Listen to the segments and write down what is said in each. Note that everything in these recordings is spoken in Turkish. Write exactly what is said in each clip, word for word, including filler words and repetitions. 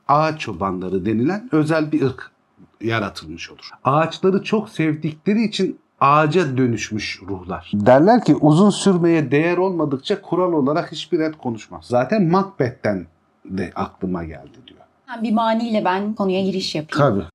ağaç çobanları denilen özel bir ırk yaratılmış olur. Ağaçları çok sevdikleri için ağaca dönüşmüş ruhlar. Derler ki uzun sürmeye değer olmadıkça kural olarak hiçbir et konuşmaz. Zaten Macbeth'ten de aklıma geldi diyor. Bir maniyle ben konuya giriş yapayım. Tabii.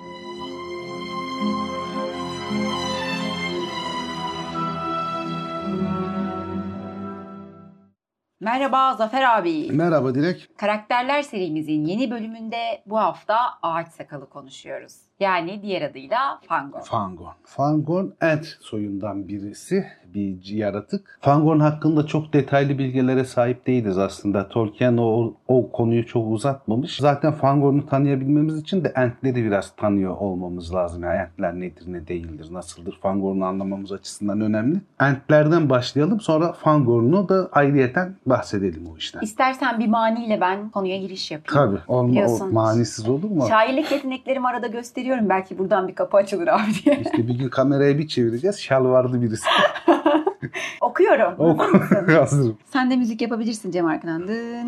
Merhaba Zafer abi. Merhaba Dilek. Karakterler serimizin yeni bölümünde bu hafta ağaç sakalı konuşuyoruz. Yani diğer adıyla Fangorn. Fangorn. Fangorn ent soyundan birisi, bir yaratık. Fangorn hakkında çok detaylı bilgilere sahip değiliz aslında. Tolkien o, o konuyu çok uzatmamış. Zaten Fangorn'u tanıyabilmemiz için de entleri biraz tanıyor olmamız lazım. Yani entler nedir, ne değildir, nasıldır? Fangorn'u anlamamız açısından önemli. Entlerden başlayalım, sonra Fangorn'u da ayrıyeten bahsedelim o işten. İstersen bir maniyle ben konuya giriş yapayım. Tabii. Olma, o, manisiz olur mu? Şairlik yeteneklerimi arada gösteriyorum. Belki buradan bir kapı açılır abi diye. İşte bir gün kamerayı bir çevireceğiz. Şalvarlı birisi. Okuyorum. Oku. Hazırım. Sen de müzik yapabilirsin Cem arkadan.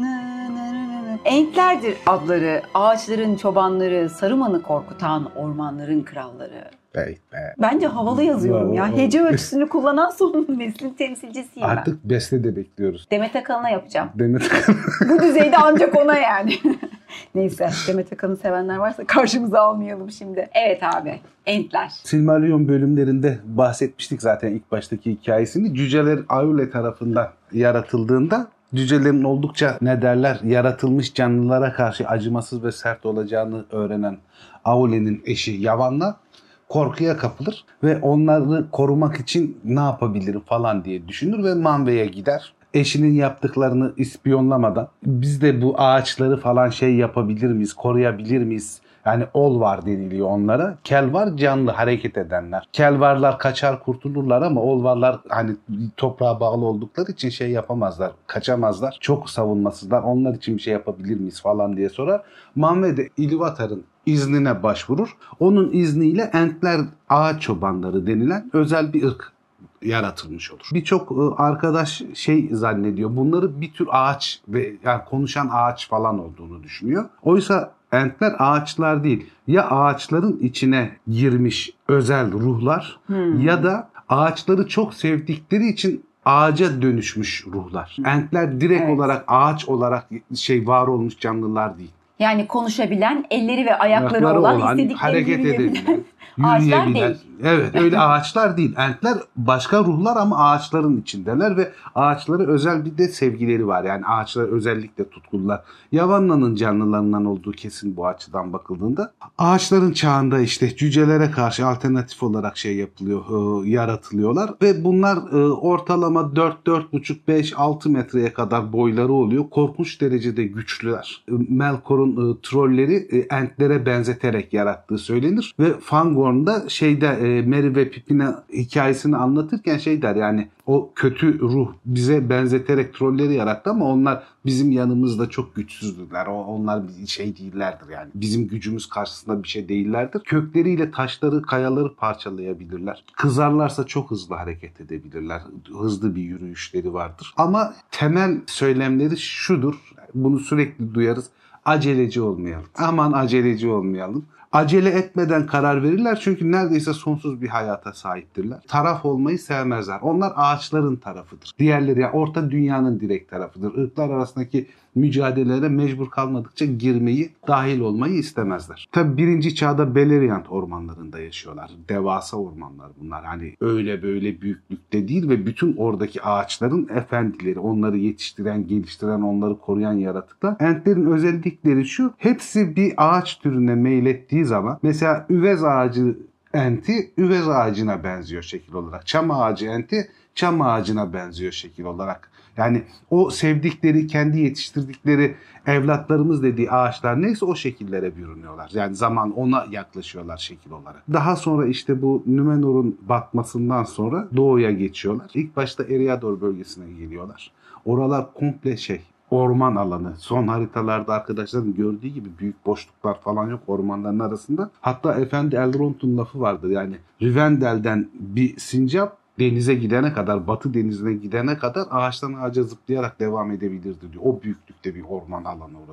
Entlerdir adları, ağaçların çobanları, Saruman'ı korkutan ormanların kralları. Be, be. Bence havalı yazıyorum ya. Hece ölçüsünü kullanan son neslin temsilcisiyim ben. Artık beste de bekliyoruz. Demet Akalın'a yapacağım. Demet Akalın. Bu düzeyde ancak ona yani. Neyse, Demet Akalın'ı sevenler varsa karşımıza almayalım şimdi. Evet abi, entler. Silmarillion bölümlerinde bahsetmiştik zaten ilk baştaki hikayesini. Cüceler Aule tarafından yaratıldığında cücelerin oldukça ne derler yaratılmış canlılara karşı acımasız ve sert olacağını öğrenen Aule'nin eşi Yavanna korkuya kapılır ve onları korumak için ne yapabilirim falan diye düşünür ve Manve'ye gider. Eşinin yaptıklarını ispiyonlamadan biz de bu ağaçları falan şey yapabilir miyiz, koruyabilir miyiz? Yani ol var deniliyor onlara. Kel var canlı hareket edenler. Kel varlar kaçar kurtulurlar ama ol varlar hani toprağa bağlı oldukları için şey yapamazlar. Kaçamazlar. Çok savunmasızlar. Onlar için bir şey yapabilir miyiz falan diye sorar. Manve de Ilúvatar'ın iznine başvurur. Onun izniyle entler ağaç çobanları denilen özel bir ırk yaratılmış olur. Birçok arkadaş şey zannediyor. Bunları bir tür ağaç ve yani konuşan ağaç falan olduğunu düşünüyor. Oysa entler ağaçlar değil. Ya ağaçların içine girmiş özel ruhlar hmm. ya da ağaçları çok sevdikleri için ağaca dönüşmüş ruhlar. Entler direkt evet. olarak ağaç olarak şey var olmuş canlılar değil. Yani konuşabilen, elleri ve ayakları, ayakları olan, olan istedikleri hareket edebilen, yürüyebilen. Evet, öyle ağaçlar değil. Entler başka ruhlar ama ağaçların içindeler ve ağaçlara özel bir de sevgileri var. Yani ağaçlara özellikle tutkunlar. Yavanna'nın canlılarından olduğu kesin bu açıdan bakıldığında. Ağaçların çağında işte cücelere karşı alternatif olarak şey yapılıyor, e, yaratılıyorlar ve bunlar e, ortalama dört, dört buçuk, beş, altı metreye kadar boyları oluyor. Korkunç derecede güçlüler. E, Melkor'un e, trolleri e, entlere benzeterek yarattığı söylenir ve Fangorn'da şeyde e, Merry ve Pippin'e hikayesini anlatırken şey der yani o kötü ruh bize benzeterek trolleri yarattı ama onlar bizim yanımızda çok güçsüzdüler. O, onlar bir şey değillerdir yani. Bizim gücümüz karşısında bir şey değillerdir. Kökleriyle taşları, kayaları parçalayabilirler. Kızarlarsa çok hızlı hareket edebilirler. Hızlı bir yürüyüşleri vardır. Ama temel söylemleri şudur. Bunu sürekli duyarız. Aceleci olmayalım. Aman aceleci olmayalım. Acele etmeden karar verirler çünkü neredeyse sonsuz bir hayata sahiptirler. Taraf olmayı sevmezler. Onlar ağaçların tarafıdır. Diğerleri yani orta dünyanın direkt tarafıdır. Irklar arasındaki mücadelelere mecbur kalmadıkça girmeyi, dahil olmayı istemezler. Tabi birinci çağda Beleriand ormanlarında yaşıyorlar. Devasa ormanlar bunlar. Hani öyle böyle büyüklükte değil ve bütün oradaki ağaçların efendileri, onları yetiştiren, geliştiren, onları koruyan yaratıklar. Entlerin özellikleri şu, hepsi bir ağaç türüne meylettiği zaman mesela üvez ağacı enti üvez ağacına benziyor şekil olarak. Çam ağacı enti çam ağacına benziyor şekil olarak. Yani o sevdikleri, kendi yetiştirdikleri evlatlarımız dediği ağaçlar neyse o şekillere bürünüyorlar. Yani zaman ona yaklaşıyorlar şekil olarak. Daha sonra işte bu Númenor'un batmasından sonra doğuya geçiyorlar. İlk başta Eriador bölgesine geliyorlar. Oralar komple şey, orman alanı. Son haritalarda arkadaşların gördüğü gibi büyük boşluklar falan yok ormanların arasında. Hatta Efendi Elrond'un lafı vardır yani Rivendell'den bir sincap denize gidene kadar, Batı denizine gidene kadar ağaçtan ağaca zıplayarak devam edebilirdi diyor. O büyüklükte bir orman alanı orası.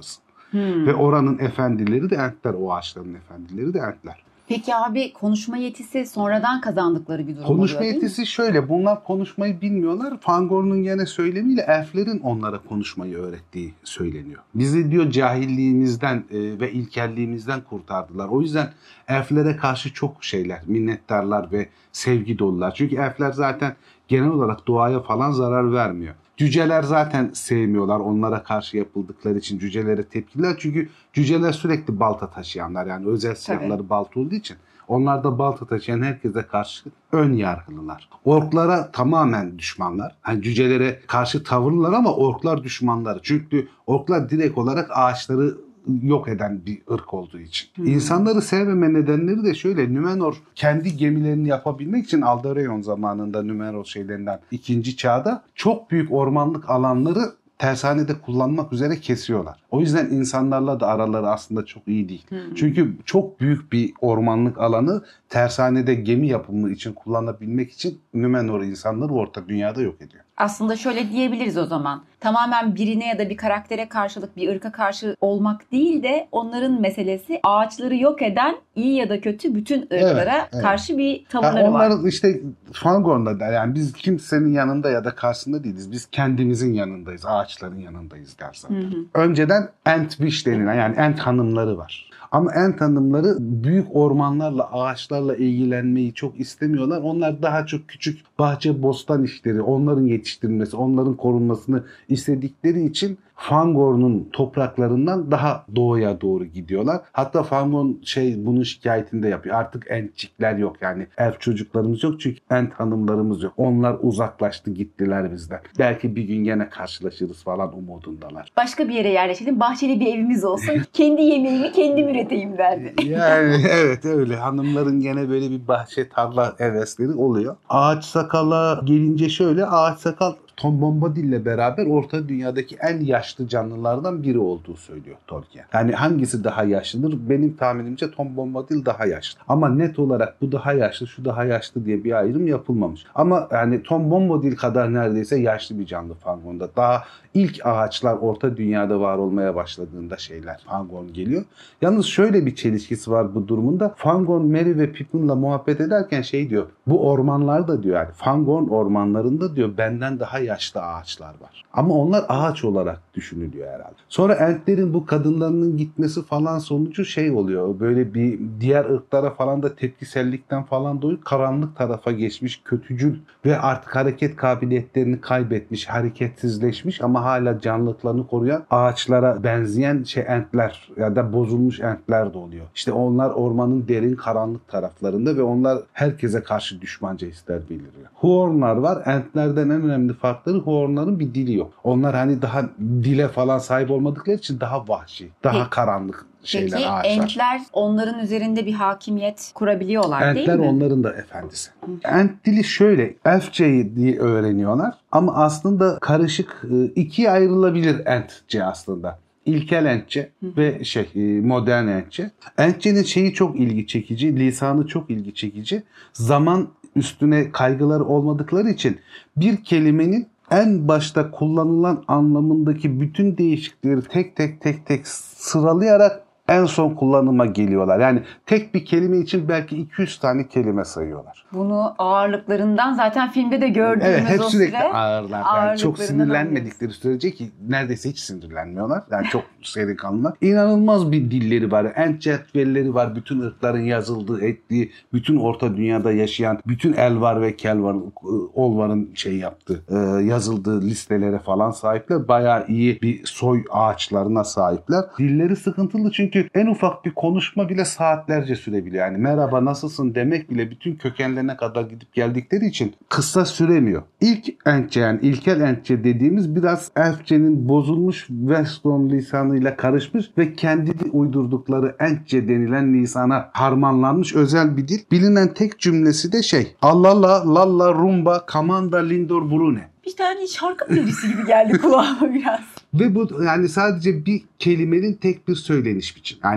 Hmm. Ve oranın efendileri de Entler, o ağaçların efendileri de Entler. Peki abi konuşma yetisi sonradan kazandıkları bir durum Konuşma oluyor değil yetisi mi? şöyle, bunlar konuşmayı bilmiyorlar. Fangorn'un gene söylemiyle elflerin onlara konuşmayı öğrettiği söyleniyor. Bizi diyor cahilliğimizden e, ve ilkelliğimizden kurtardılar. O yüzden elflere karşı çok şeyler, minnettarlar ve sevgi dolular. Çünkü elfler zaten genel olarak doğaya falan zarar vermiyor. Cüceler zaten sevmiyorlar onlara karşı yapıldıkları için, cücelere tepkiler. Çünkü cüceler sürekli balta taşıyanlar, yani özel silahları balta olduğu için. Onlar da balta taşıyan herkese karşı ön yargılılar. Orklara tamamen düşmanlar. Yani cücelere karşı tavırlılar ama orklar düşmanları. Çünkü orklar direkt olarak ağaçları yok eden bir ırk olduğu için. Hmm. İnsanları sevmeme nedenleri de şöyle. Numenor kendi gemilerini yapabilmek için Alderayon zamanında, Numenor şeylerinden ikinci çağda çok büyük ormanlık alanları tersanede kullanmak üzere kesiyorlar. O yüzden insanlarla da araları aslında çok iyi değil. Hmm. Çünkü çok büyük bir ormanlık alanı tersanede gemi yapımı için kullanabilmek için Numenor insanları orta dünyada yok ediyor. Aslında şöyle diyebiliriz o zaman. Tamamen birine ya da bir karaktere karşılık, bir ırka karşı olmak değil de onların meselesi ağaçları yok eden iyi ya da kötü bütün ırklara evet, evet. karşı bir tavırları yani var. Onların işte Fangorn'da da yani biz kimsenin yanında ya da karşısında değiliz. Biz kendimizin yanındayız. Ağaçların yanındayız dersen. Hı hı. Önceden Ent Witch denilen, yani Ent hanımları var. Ama Ent hanımları büyük ormanlarla, ağaçlarla ilgilenmeyi çok istemiyorlar. Onlar daha çok küçük bahçe, bostan işleri, onların yetiştirilmesi, onların korunmasını istedikleri için Fangorn'un topraklarından daha doğuya doğru gidiyorlar. Hatta Fangorn şey bunun şikayetini de yapıyor. Artık Entçikler yok, yani elf çocuklarımız yok çünkü Ent hanımlarımız yok. Onlar uzaklaştı, gittiler bizden. Belki bir gün gene karşılaşırız falan umudundalar. Başka bir yere yerleşelim, bahçeli bir evimiz olsun. Kendi yemeğimi kendim üreteyim derdi. Yani evet öyle. Hanımların gene böyle bir bahçe, tarla hevesleri oluyor. Ağaç sakala gelince şöyle, ağaç sakal Tom Bombadil ile beraber Orta Dünya'daki en yaşlı canlılardan biri olduğu söylüyor Tolkien. Yani hangisi daha yaşlıdır? Benim tahminimce Tom Bombadil daha yaşlı. Ama net olarak bu daha yaşlı, şu daha yaşlı diye bir ayrım yapılmamış. Ama yani Tom Bombadil kadar neredeyse yaşlı bir canlı Fangorn'da. Daha ilk ağaçlar Orta Dünya'da var olmaya başladığında şeyler Fangorn geliyor. Yalnız şöyle bir çelişkisi var bu durumunda. Fangorn, Merry ve Pippin'la muhabbet ederken şey diyor. Bu ormanlarda diyor, yani Fangorn ormanlarında diyor benden daha yaşlı ağaçlar var. Ama onlar ağaç olarak düşünülüyor herhalde. Sonra Entlerin bu kadınlarının gitmesi falan sonucu şey oluyor. Böyle bir diğer ırklara falan da tepkisellikten falan dolayı karanlık tarafa geçmiş, kötücül ve artık hareket kabiliyetlerini kaybetmiş, hareketsizleşmiş ama hala canlılıklarını koruyan ağaçlara benzeyen şey Entler ya da bozulmuş Entler de oluyor. İşte onlar ormanın derin karanlık taraflarında ve onlar herkese karşı düşmanca hisler beliriyor. Huornlar var. Entlerden en önemli farkları Huornların bir dili yok. Onlar hani daha dile falan sahip olmadıkları için daha vahşi, daha Peki. karanlık şeyler, Peki, ağaçlar. Entler onların üzerinde bir hakimiyet kurabiliyorlar Entler değil mi? Entler onların da efendisi. Hı. Ent dili şöyle, Elfçeyi diye öğreniyorlar ama aslında karışık, ikiye ayrılabilir Entçe aslında. İlkel Entçe Hı. ve şey modern Entçe. Entçe'nin şeyi çok ilgi çekici, lisanı çok ilgi çekici. Zaman üstüne kaygıları olmadıkları için bir kelimenin en başta kullanılan anlamındaki bütün değişiklikleri tek tek tek tek sıralayarak en son kullanıma geliyorlar. Yani tek bir kelime için belki iki yüz tane kelime sayıyorlar. Bunu ağırlıklarından zaten filmde de gördüğümüz evet, hep o sürekli süre. ağırlar. Yani çok sinirlenmedikleri sürece ki neredeyse hiç sinirlenmiyorlar. Yani çok seri kanlılar. İnanılmaz bir dilleri var. Ent cetvelleri var. Bütün ırkların yazıldığı, ettiği, bütün Orta Dünya'da yaşayan, bütün Elvar ve Kelvar, Olvar'ın şey yaptığı, yazıldığı listelere falan sahipler. Bayağı iyi bir soy ağaçlarına sahipler. Dilleri sıkıntılı çünkü en ufak bir konuşma bile saatlerce sürebiliyor. Yani merhaba nasılsın demek bile bütün kökenlerine kadar gidip geldikleri için kısa süremiyor. İlk Entçe, yani ilkel Entçe dediğimiz biraz Elfçenin bozulmuş Weston lisanıyla karışmış ve kendi uydurdukları Entçe denilen lisana harmanlanmış özel bir dil. Bilinen tek cümlesi de şey Allala, Lalla, Rumba, Kamanda, Lindor, Brune. Bir tane şarkı melodisi gibi geldi kulağıma biraz. Ve bu yani sadece bir kelimenin tek bir söyleniş biçimi. Yani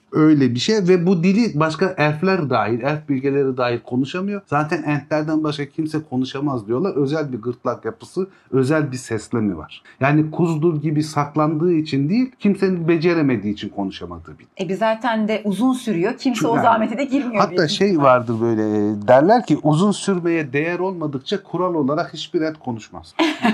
öyle bir şey ve bu dili başka elfler dahil, elf bilgeleri dahil konuşamıyor. Zaten entlerden başka kimse konuşamaz diyorlar. Özel bir gırtlak yapısı, özel bir seslemi var. Yani kuzdur gibi saklandığı için değil, kimsenin beceremediği için konuşamadığı bir. E bir zaten de uzun sürüyor. Kimse yani, o zahmete de girmiyor. Hatta şey vardır böyle, derler ki uzun sürmeye değer olmadıkça kural olarak hiçbir ent konuşmaz.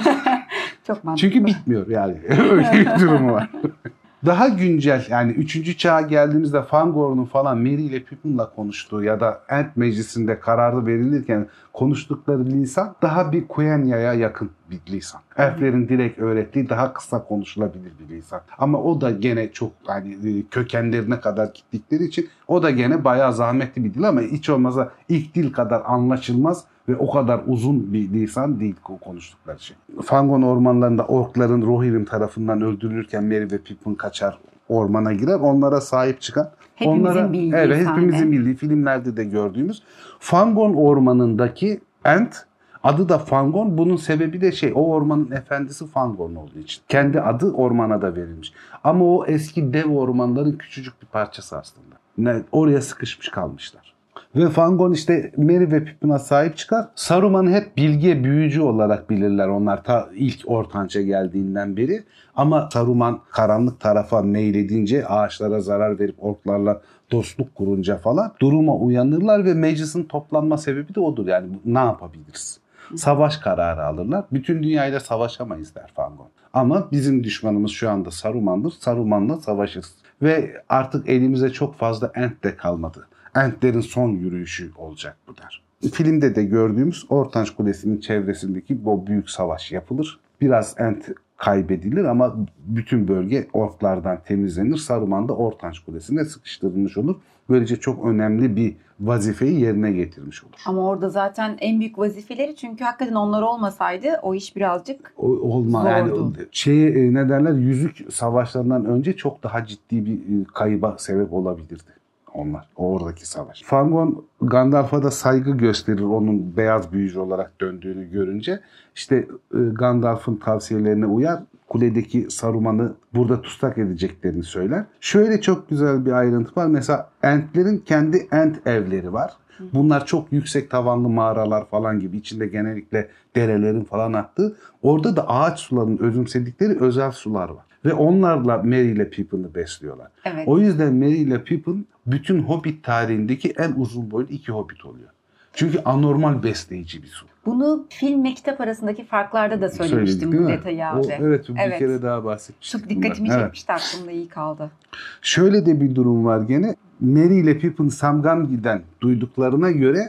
Çok mantıklı. Çünkü bitmiyor yani. Öyle bir durumu var. Daha güncel yani üçüncü çağa geldiğimizde Fangorn'un falan Merry ile Pippin'la konuştuğu ya da Ent Meclisi'nde kararı verilirken konuştukları lisan daha bir Quenya'ya yakın bir lisan. Elflerin direkt öğrettiği daha kısa konuşulabilir bir lisan. Ama o da gene çok hani kökenlerine kadar gittikleri için o da gene bayağı zahmetli bir dil ama hiç olmazsa ilk dil kadar anlaşılmaz ve o kadar uzun bir lisan değil konuştukları şey. Fangorn ormanlarında orkların Rohirrim tarafından öldürülürken Merry ve Pippin kaçar, ormana girer. Onlara sahip çıkan, hepimizin onlara, bildiği evet, hepimizin bildiği, filmlerde de gördüğümüz Fangorn ormanındaki Ent, adı da Fangorn. Bunun sebebi de şey, o ormanın efendisi Fangorn olduğu için. Kendi adı ormana da verilmiş. Ama o eski dev ormanların küçücük bir parçası aslında. Ne, oraya sıkışmış kalmışlar. Ve Fangorn işte Merry ve Pippin'e sahip çıkar. Saruman'ı hep bilge, büyücü olarak bilirler onlar ta ilk Ortanç'a geldiğinden beri. Ama Saruman karanlık tarafa meyledince, ağaçlara zarar verip orklarla dostluk kurunca falan duruma uyanırlar ve meclisin toplanma sebebi de odur. Yani ne yapabiliriz? Savaş kararı alırlar. Bütün dünyayla savaşamayız der Fangorn. Ama bizim düşmanımız şu anda Saruman'dır. Saruman'la savaşırız. Ve artık elimize çok fazla Ent de kalmadı. Entlerin son yürüyüşü olacak bu der. Filmde de gördüğümüz Ortanç Kulesi'nin çevresindeki bu büyük savaş yapılır. Biraz Ent kaybedilir ama bütün bölge orklardan temizlenir. Saruman da Ortanç Kulesi'ne sıkıştırılmış olur. Böylece çok önemli bir vazifeyi yerine getirmiş olur. Ama orada zaten en büyük vazifeleri, çünkü hakikaten onlar olmasaydı o iş birazcık o, olma zordu. Yani şey, ne derler, yüzük savaşlarından önce çok daha ciddi bir kayıba sebep olabilirdi. Onlar, oradaki savaş. Fangorn Gandalf'a da saygı gösterir onun beyaz büyücü olarak döndüğünü görünce. İşte Gandalf'ın tavsiyelerine uyar. Kuledeki Saruman'ı burada tutsak edeceklerini söyler. Şöyle çok güzel bir ayrıntı var. Mesela Entlerin kendi Ent evleri var. Bunlar çok yüksek tavanlı mağaralar falan gibi. İçinde genellikle derelerin falan aktığı. Orada da ağaç sularının özümsedikleri özel sular var. Ve onlarla Merry ile Pippin'i besliyorlar. Evet. O yüzden Merry ile Pippin bütün Hobbit tarihindeki en uzun boylu iki Hobbit oluyor. Çünkü anormal besleyici bir su. Bunu film ve kitap arasındaki farklarda da söylemiştim bu detayı abi. O, evet, bir evet. kere daha bahsetmiştim. Çok dikkatimi bunlar. çekmişti, evet. Aklımda iyi kaldı. Şöyle de bir durum var gene. Merry ile Pippin Samgamgi'den duyduklarına göre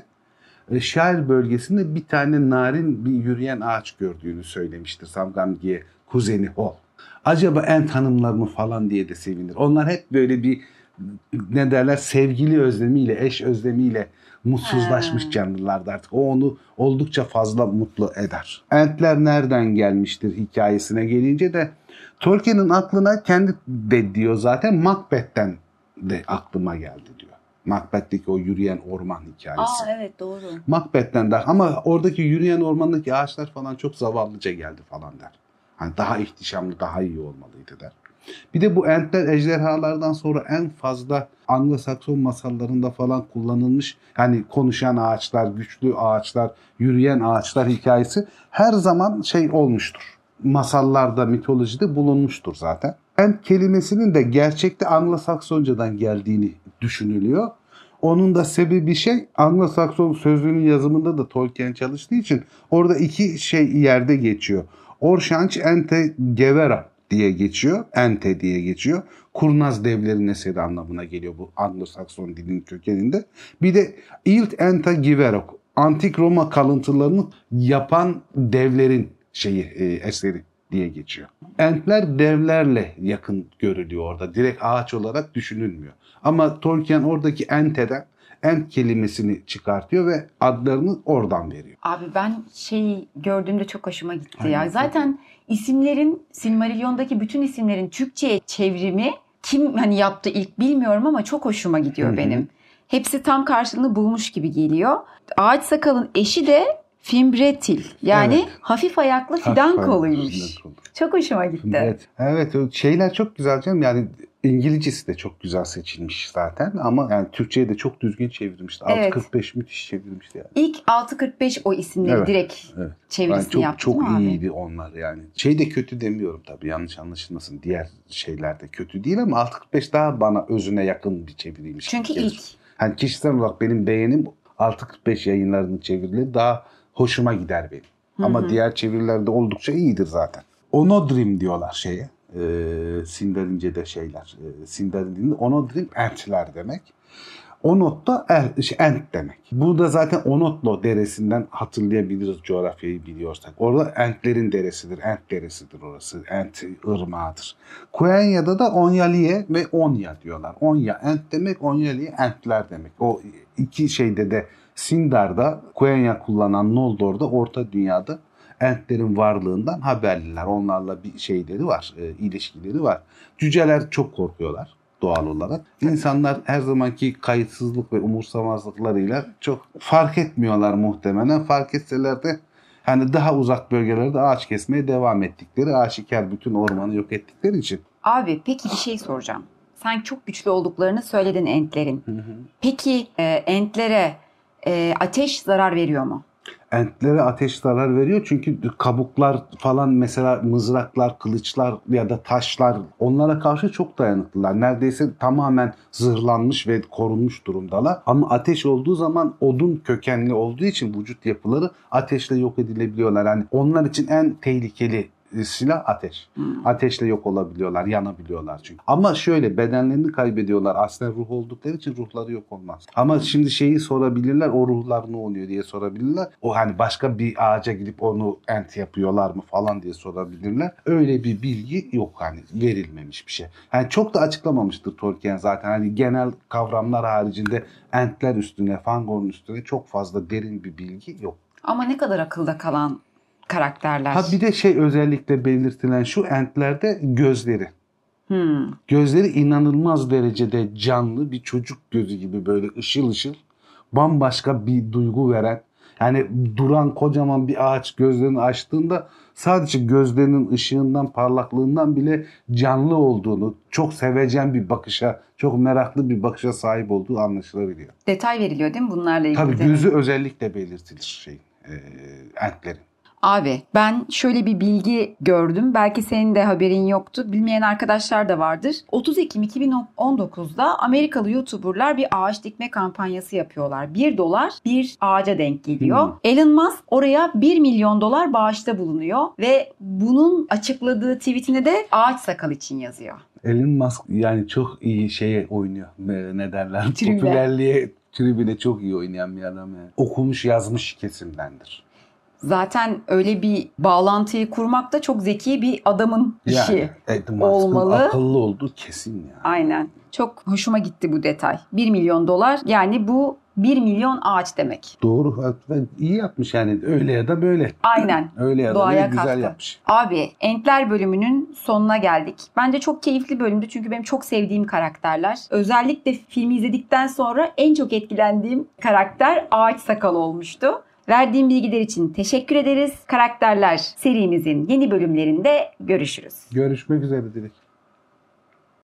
Shire bölgesinde bir tane narin bir yürüyen ağaç gördüğünü söylemiştir Samgamgi'ye kuzeni Hol. Acaba Ent hanımlar mı falan diye de sevinir. Onlar hep böyle bir, ne derler, sevgili özlemiyle, eş özlemiyle mutsuzlaşmış ha. canlılardı artık. O onu oldukça fazla mutlu eder. Entler nereden gelmiştir hikayesine gelince de Tolkien'in aklına kendi de diyor zaten, Macbeth'ten de aklıma geldi diyor. Macbeth'teki o yürüyen orman hikayesi. Aa evet, doğru. Macbeth'ten de, ama oradaki yürüyen ormandaki ağaçlar falan çok zavallıca geldi falan der. Hani daha ihtişamlı, daha iyi olmalıydı der. Bir de bu Entler ejderhalardan sonra en fazla Anglo-Sakson masallarında falan kullanılmış, yani konuşan ağaçlar, güçlü ağaçlar, yürüyen ağaçlar hikayesi her zaman şey olmuştur. Masallarda, mitolojide bulunmuştur zaten. Ent kelimesinin de gerçekte Anglo-Saksoncadan geldiğini düşünülüyor. Onun da sebebi şey, Anglo-Sakson sözlüğünün yazımında da Tolkien çalıştığı için orada iki şey yerde geçiyor. Orşanç Ente Gevera diye geçiyor. Ente diye geçiyor. Kurnaz devlerin eseri anlamına geliyor bu Anglo-Sakson dilinin kökeninde. Bir de Ilt Enta Giverok. Antik Roma kalıntılarını yapan devlerin şeyi, e, eseri diye geçiyor. Entler devlerle yakın görülüyor orada. Direkt ağaç olarak düşünülmüyor. Ama Tolkien oradaki Ente'den Ent kelimesini çıkartıyor ve adlarını oradan veriyor. Abi ben şey gördüğümde çok hoşuma gitti. Aynen. Ya. Zaten isimlerin, Silmarillion'daki bütün isimlerin Türkçe'ye çevrimi kim hani yaptı ilk bilmiyorum ama çok hoşuma gidiyor Hı-hı. benim. Hepsi tam karşılığını bulmuş gibi geliyor. Ağaç Sakal'ın eşi de Fimbretil. Yani evet. hafif ayaklı fidan koluymuş. Çok hoşuma gitti. Evet. Evet, şeyler çok güzel canım. Yani İngilizcesi de çok güzel seçilmiş zaten ama yani Türkçe'ye de çok düzgün çevirmişti. Evet. altı kırk beş müthiş çevirmişti yani. İlk altı kırk beş o isimleri evet, direkt evet. çevirisini yani çok, yaptı çok değil mi iyiydi abi? onlar yani. Şey de kötü demiyorum tabii, yanlış anlaşılmasın. Diğer şeyler de kötü değil ama altı kırk beş daha bana özüne yakın bir çeviriymiş. Çünkü ilk. Yani kişisel olarak benim beğenim altı kırk beş yayınlarının çevirileri daha hoşuma gider benim. Hı-hı. Ama diğer çevirilerde oldukça iyidir zaten. Onodrim diyorlar şeye. E, Sindarince'de şeyler. E, Sindarince'de Onodrim entler demek. Onot da er, şey, ent demek. Bu da zaten Onotlo deresinden hatırlayabiliriz coğrafyayı biliyorsak. Orada Entlerin deresidir. Ent deresidir orası. Ent ırmağıdır. Kuenya'da da Onyaliye ve Onya diyorlar. Onya ent demek, Onyaliye entler demek. O iki şeyde de Sindar'da Kuenya kullanan Noldor'da Orta Dünya'da Entlerin varlığından haberliler. Onlarla bir şeyleri var, e, ilişkileri var. Cüceler çok korkuyorlar doğal olarak. İnsanlar her zamanki kayıtsızlık ve umursamazlıklarıyla çok fark etmiyorlar muhtemelen. Fark etseler de hani daha uzak bölgelerde ağaç kesmeye devam ettikleri, aşikar bütün ormanı yok ettikleri için. Abi peki bir şey soracağım. Sen çok güçlü olduklarını söyledin Entlerin. Hı hı. Peki e, Entlere e, ateş zarar veriyor mu? Entlere ateş zarar veriyor çünkü kabuklar falan, mesela mızraklar, kılıçlar ya da taşlar, onlara karşı çok dayanıklılar. Neredeyse tamamen zırhlanmış ve korunmuş durumdalar. Ama ateş olduğu zaman odun kökenli olduğu için vücut yapıları ateşle yok edilebiliyorlar. Yani onlar için en tehlikeli silah ateş. Hmm. Ateşle yok olabiliyorlar, yanabiliyorlar çünkü. Ama şöyle, bedenlerini kaybediyorlar. Aslında ruh oldukları için ruhları yok olmaz. Ama hmm. şimdi şeyi sorabilirler, o ruhlar ne oluyor diye sorabilirler. O hani başka bir ağaca gidip onu ent yapıyorlar mı falan diye sorabilirler. Öyle bir bilgi yok, hani verilmemiş bir şey. Yani çok da açıklamamıştır Tolkien zaten. Hani genel kavramlar haricinde entler üstüne, Fangorn üstüne çok fazla derin bir bilgi yok. Ama ne kadar akılda kalan karakterler. Ha bir de şey özellikle belirtilen şu, entlerde gözleri. Hmm. Gözleri inanılmaz derecede canlı, bir çocuk gözü gibi böyle ışıl ışıl, bambaşka bir duygu veren. Yani duran kocaman bir ağaç gözlerini açtığında sadece gözlerinin ışığından, parlaklığından bile canlı olduğunu, çok sevecen bir bakışa, çok meraklı bir bakışa sahip olduğu anlaşılabiliyor. Detay veriliyor değil mi bunlarla ilgili? Tabii gözü özellikle belirtilir şey, e, entlerin. Abi ben şöyle bir bilgi gördüm. Belki senin de haberin yoktu. Bilmeyen arkadaşlar da vardır. otuz Ekim iki bin on dokuzda Amerikalı YouTuber'lar bir ağaç dikme kampanyası yapıyorlar. bir dolar bir ağaca denk geliyor. Hmm. Elon Musk oraya bir milyon dolar bağışta bulunuyor ve bunun açıkladığı tweetine de ağaç sakal için yazıyor. Elon Musk yani çok iyi şeye oynuyor. Ne derler? Tribüne. Popülerliğe, tribüne çok iyi oynayan bir adam yani. Okumuş yazmış kesimdendir. Zaten öyle bir bağlantıyı kurmak da çok zeki bir adamın işi yani, evet, olmalı. Akıllı olduğu kesin yani. Aynen. Çok hoşuma gitti bu detay. bir milyon dolar yani bu bir milyon ağaç demek. Doğru. İyi yapmış yani. Öyle ya da böyle. Aynen. Öyle ya da doğaya böyle güzel katkı. Yapmış. Abi Entler bölümünün sonuna geldik. Bence çok keyifli bölümdü çünkü benim çok sevdiğim karakterler. Özellikle filmi izledikten sonra en çok etkilendiğim karakter Ağaç Sakal olmuştu. Verdiğim bilgiler için teşekkür ederiz. Karakterler serimizin yeni bölümlerinde görüşürüz. Görüşmek üzere Dilek.